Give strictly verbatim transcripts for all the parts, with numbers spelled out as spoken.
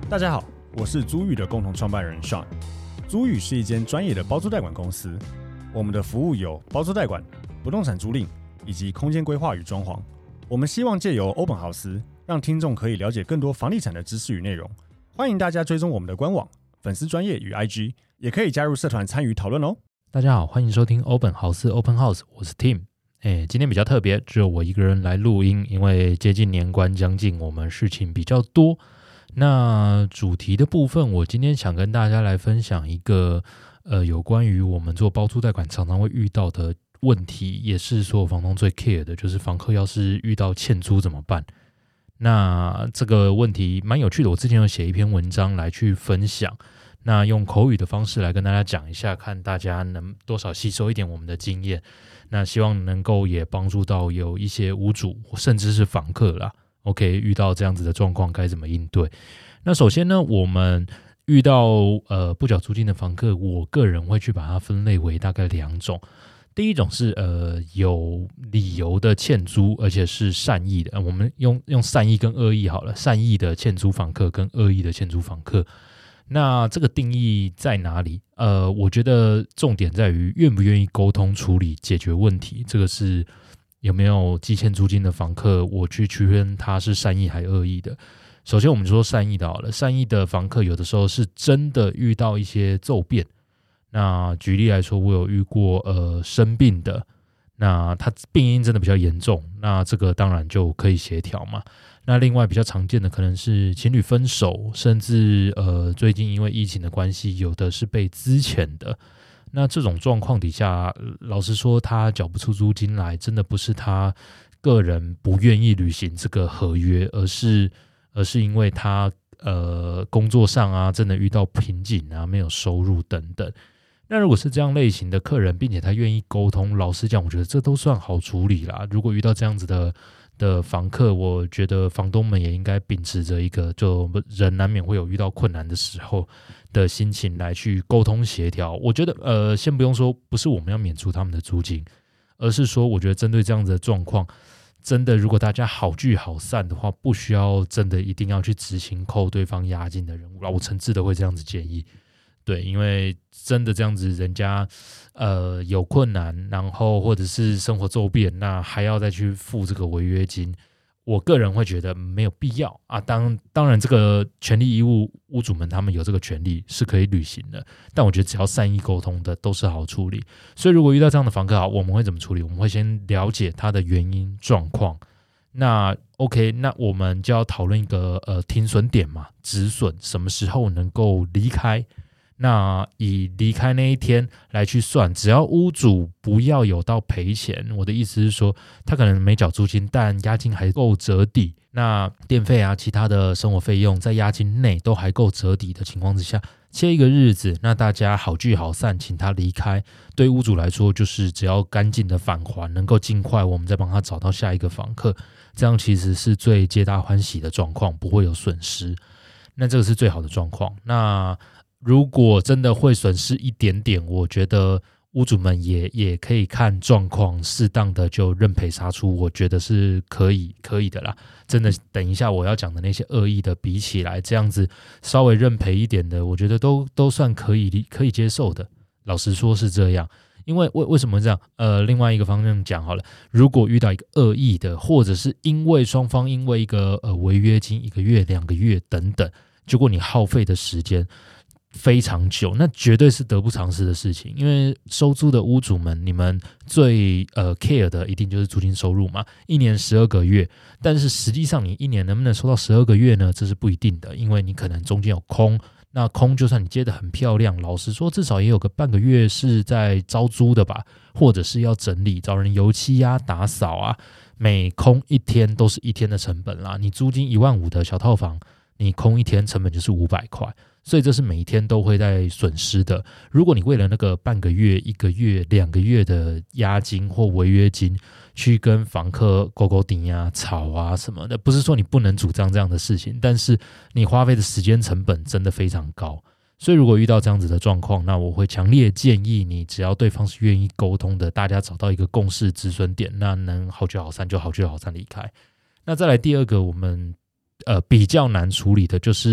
大家好，我是租宇的共同创办人 Sean。租宇是一间专业的包租代管公司，我们的服务有包租代管、不动产租赁以及空间规划与装潢。我们希望借由欧本豪斯，让听众可以了解更多房地产的知识与内容。欢迎大家追踪我们的官网、粉丝专页与 I G， 也可以加入社团参与讨论哦。 大家好，欢迎收听欧本豪斯 Open House， 我是 Tim。欸、今天比较特别，只有我一个人来录音，因为接近年关将近，我们事情比较多。那主题的部分，我今天想跟大家来分享一个呃有关于我们做包租代管常常会遇到的问题，也是所有房东最 care 的，就是房客要是遇到欠租怎么办。那这个问题蛮有趣的，我之前有写一篇文章来去分享，那用口语的方式来跟大家讲一下，看大家能多少吸收一点我们的经验，那希望能够也帮助到有一些屋主甚至是房客啦。OK， 遇到这样子的状况该怎么应对？那首先呢，我们遇到呃不缴租金的房客，我个人会去把它分类为大概两种。第一种是呃有理由的欠租，而且是善意的。呃、我们用用善意跟恶意好了，善意的欠租房客跟恶意的欠租房客。那这个定义在哪里？呃，我觉得重点在于愿不愿意沟通处理解决问题，这个是。有没有积欠租金的房客，我去区分他是善意还恶意的。首先我们说善意的好了，善意的房客有的时候是真的遇到一些骤变。那举例来说，我有遇过呃生病的，那他病因真的比较严重，那这个当然就可以协调嘛。那另外比较常见的可能是情侣分手，甚至呃最近因为疫情的关系，有的是被资遣的。那这种状况底下，老实说他缴不出租金来，真的不是他个人不愿意履行这个合约，而是而是因为他呃工作上啊真的遇到瓶颈啊，没有收入等等。那如果是这样类型的客人，并且他愿意沟通，老实讲我觉得这都算好处理啦。如果遇到这样子的的房客，我觉得房东们也应该秉持着一个就人难免会有遇到困难的时候的心情来去沟通协调。我觉得呃，先不用说不是我们要免除他们的租金，而是说我觉得针对这样子的状况，真的如果大家好聚好散的话，不需要真的一定要去执行扣对方押金的任务啦。我诚挚的会这样子建议。对，因为真的这样子人家呃有困难，然后或者是生活骤变，那还要再去付这个违约金，我个人会觉得没有必要啊。当当然这个权利义务屋主们他们有这个权利是可以履行的，但我觉得只要善意沟通的都是好处理。所以如果遇到这样的房客，好，我们会怎么处理？我们会先了解他的原因状况。那 OK， 那我们就要讨论一个呃停损点嘛，止损什么时候能够离开。那以离开那一天来去算，只要屋主不要有到赔钱，我的意思是说，他可能没缴租金，但押金还够折抵，那电费啊，其他的生活费用在押金内都还够折抵的情况之下，切一个日子，那大家好聚好散，请他离开，对屋主来说就是只要干净的返还，能够尽快我们再帮他找到下一个房客，这样其实是最皆大欢喜的状况，不会有损失，那这个是最好的状况。那如果真的会损失一点点，我觉得屋主们也也可以看状况，适当的就认赔杀出，我觉得是可以可以的啦。真的，等一下我要讲的那些恶意的比起来，这样子稍微认赔一点的，我觉得都都算可以可以接受的。老实说是这样，因为为为什么这样？呃，另外一个方向讲好了，如果遇到一个恶意的，或者是因为双方因为一个呃违约金一个月、两个月等等，结果你耗费的时间非常久，那绝对是得不偿失的事情。因为收租的屋主们，你们最呃 care 的一定就是租金收入嘛，一年十二个月，但是实际上你一年能不能收到十二个月呢？这是不一定的，因为你可能中间有空，那空就算你接得很漂亮，老实说至少也有个半个月是在招租的吧，或者是要整理找人油漆啊打扫啊，每空一天都是一天的成本啦。你租金一万五的小套房，你空一天成本就是五百块，所以这是每一天都会在损失的。如果你为了那个半个月、一个月、两个月的押金或违约金去跟房客勾勾顶啊、吵啊什么的，不是说你不能主张这样的事情，但是你花费的时间成本真的非常高。所以如果遇到这样子的状况，那我会强烈建议你，只要对方是愿意沟通的，大家找到一个共识止损点，那能好聚好散就好聚好散离开。那再来第二个，我们呃比较难处理的就是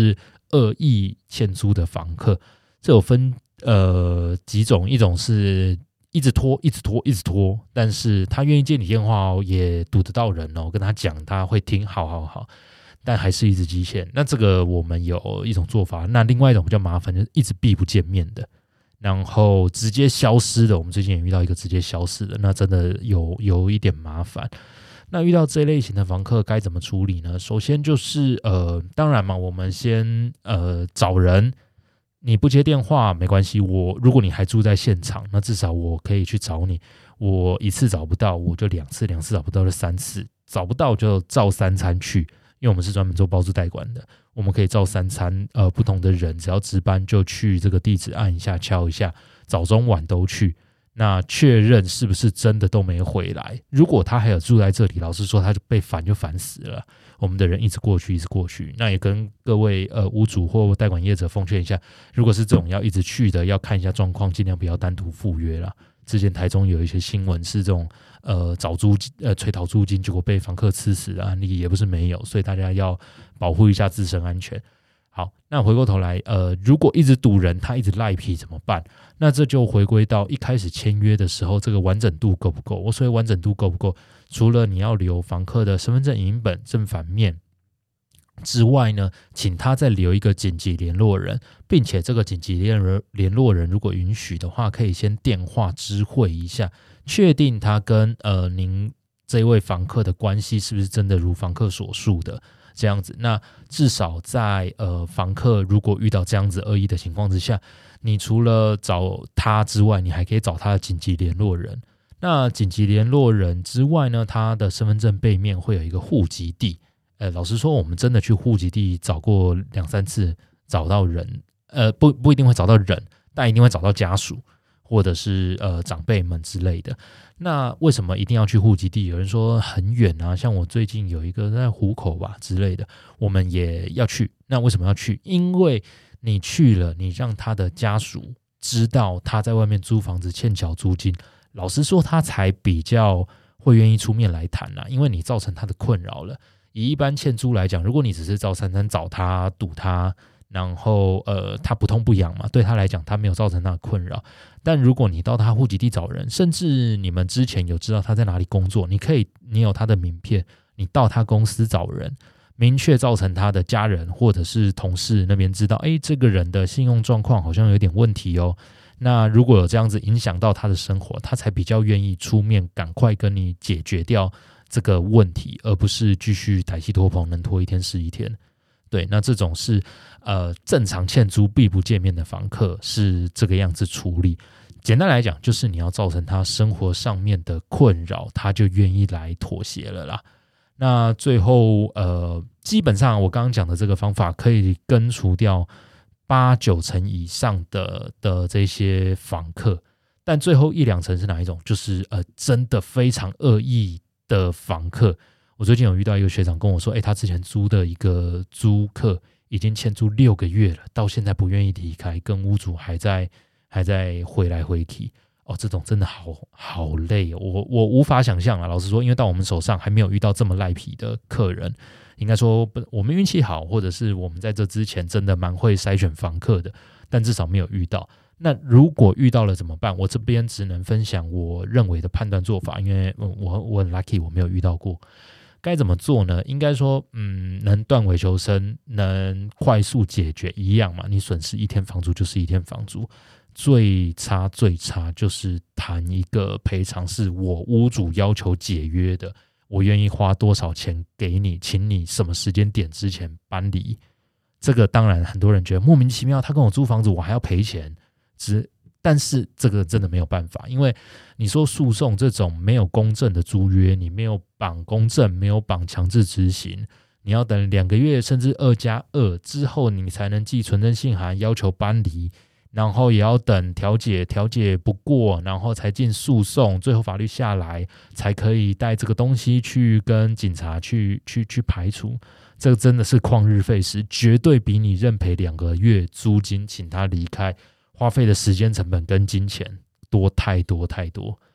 恶意欠租的房客，这有分呃几种，一种是一直拖一直拖一直拖，但是他愿意接你电话哦，也堵得到人哦，跟他讲他会听，好好好，但还是一直积欠。那这个我们有一种做法，那另外一种比较麻烦，就是一直避不见面的，然后直接消失的。我们最近也遇到一个直接消失的，那真的有有一点麻烦。那遇到这类型的房客该怎么处理呢？首先就是呃，当然嘛，我们先呃找人，你不接电话没关系，我如果你还住在现场，那至少我可以去找你。我一次找不到，我就两次，两次找不到就三次，找不到就照三餐去，因为我们是专门做包租代管的，我们可以照三餐，呃，不同的人只要值班就去这个地址按一下敲一下，早中晚都去。那确认是不是真的都没回来？如果他还有住在这里，老实说，他就被烦就烦死了。我们的人一直过去，一直过去。那也跟各位呃屋主或代管业者奉劝一下，如果是这种要一直去的，要看一下状况，尽量不要单独赴约啦。之前台中有一些新闻是这种呃找租呃催讨租金，结果被房客吃死的案例也不是没有，所以大家要保护一下自身安全。好，那回过头来，呃，如果一直堵人，他一直赖皮怎么办？那这就回归到一开始签约的时候，这个完整度够不够？我所谓完整度够不够？除了你要留房客的身份证影本正反面之外呢，请他再留一个紧急联络人，并且这个紧急联络人如果允许的话，可以先电话知会一下，确定他跟呃您这位房客的关系是不是真的如房客所述的。这样子，那至少在呃房客如果遇到这样子恶意的情况之下，你除了找他之外，你还可以找他的紧急联络人。那紧急联络人之外呢，他的身份证背面会有一个户籍地。呃，老实说，我们真的去户籍地找过两三次，找到人，呃，不不一定会找到人，但一定会找到家属或者是呃长辈们之类的。那为什么一定要去户籍地？有人说很远啊，像我最近有一个在湖口吧之类的，我们也要去。那为什么要去？因为你去了，你让他的家属知道他在外面租房子欠缴租金，老实说他才比较会愿意出面来谈啊，因为你造成他的困扰了。以一般欠租来讲，如果你只是照三餐找他堵他，然后呃他不痛不痒嘛，对他来讲他没有造成他的困扰。但如果你到他户籍地找人，甚至你们之前有知道他在哪里工作，你可以你有他的名片，你到他公司找人，明确造成他的家人或者是同事那边知道，诶，这个人的信用状况好像有点问题哦。那如果有这样子影响到他的生活，他才比较愿意出面赶快跟你解决掉这个问题，而不是继续抬气拖棚，能拖一天是一天。对，那这种是呃正常欠租避不见面的房客是这个样子处理。简单来讲，就是你要造成他生活上面的困扰，他就愿意来妥协了啦。那最后呃，基本上我刚刚讲的这个方法可以根除掉八九成以上的的这些房客，但最后一两成是哪一种？就是呃真的非常恶意的房客。我最近有遇到一个学长跟我说，欸，他之前租的一个租客已经欠租六个月了，到现在不愿意离开，跟屋主还在还在回来回去。哦，这种真的好好累哦，我我无法想象啊。老实说，因为到我们手上还没有遇到这么赖皮的客人，应该说我们运气好，或者是我们在这之前真的蛮会筛选房客的，但至少没有遇到。那如果遇到了怎么办？我这边只能分享我认为的判断做法，因为我我很 lucky 我没有遇到过。该怎么做呢？应该说，嗯，能断尾求生，能快速解决一样嘛。你损失一天房租就是一天房租，最差最差就是谈一个赔偿，是我屋主要求解约的，我愿意花多少钱给你，请你什么时间点之前搬离。这个当然很多人觉得莫名其妙，他跟我租房子，我还要赔钱，只。但是这个真的没有办法，因为你说诉讼这种没有公证的租约，你没有绑公证，没有绑强制执行，你要等两个月甚至二加二之后，你才能寄存证信函要求搬离，然后也要等调解，调解不过，然后才进诉讼，最后法律下来才可以带这个东西去跟警察去去去排除。这个真的是旷日费时，绝对比你认赔两个月租金请他离开花费的时间成本跟金钱多太多太多。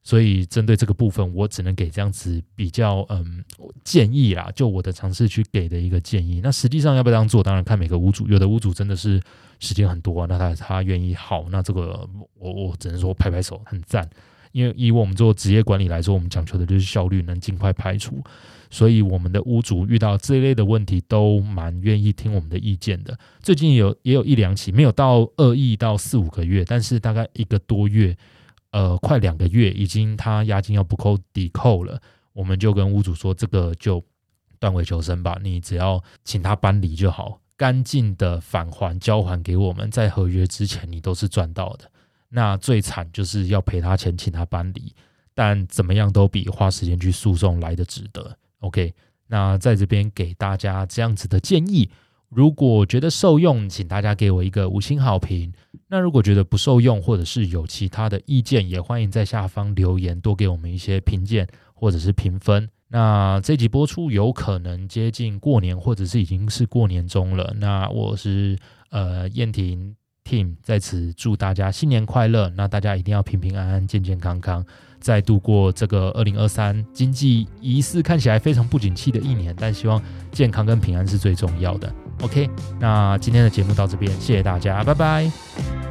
所以针对这个部分，我只能给这样子比较嗯建议啦，就我的尝试去给的一个建议。那实际上要不要这样做，当然看每个屋主，有的屋主真的是时间很多、啊，那他他愿意好，那这个我我只能说拍拍手，很赞。因为以我们做职业管理来说，我们讲求的就是效率，能尽快排除。所以我们的屋主遇到这一类的问题，都蛮愿意听我们的意见的。最近有也有一两起，没有到二亿到四五个月，但是大概一个多月。呃，快两个月，已经他押金要不扣抵扣了，我们就跟屋主说，这个就断尾求生吧，你只要请他搬离就好，干净的返还交还给我们，在合约之前你都是赚到的。那最惨就是要赔他钱，请他搬离，但怎么样都比花时间去诉讼来的值得。OK， 那在这边给大家这样子的建议。如果觉得受用，请大家给我一个五星好评。那如果觉得不受用，或者是有其他的意见，也欢迎在下方留言，多给我们一些评鉴或者是评分。那这集播出有可能接近过年，或者是已经是过年中了。那我是呃燕婷 Team 在此祝大家新年快乐。那大家一定要平平安安、健健康康，再度过这个二零二三经济疑似看起来非常不景气的一年，但希望健康跟平安是最重要的。OK， 那今天的节目到这边，谢谢大家，拜拜。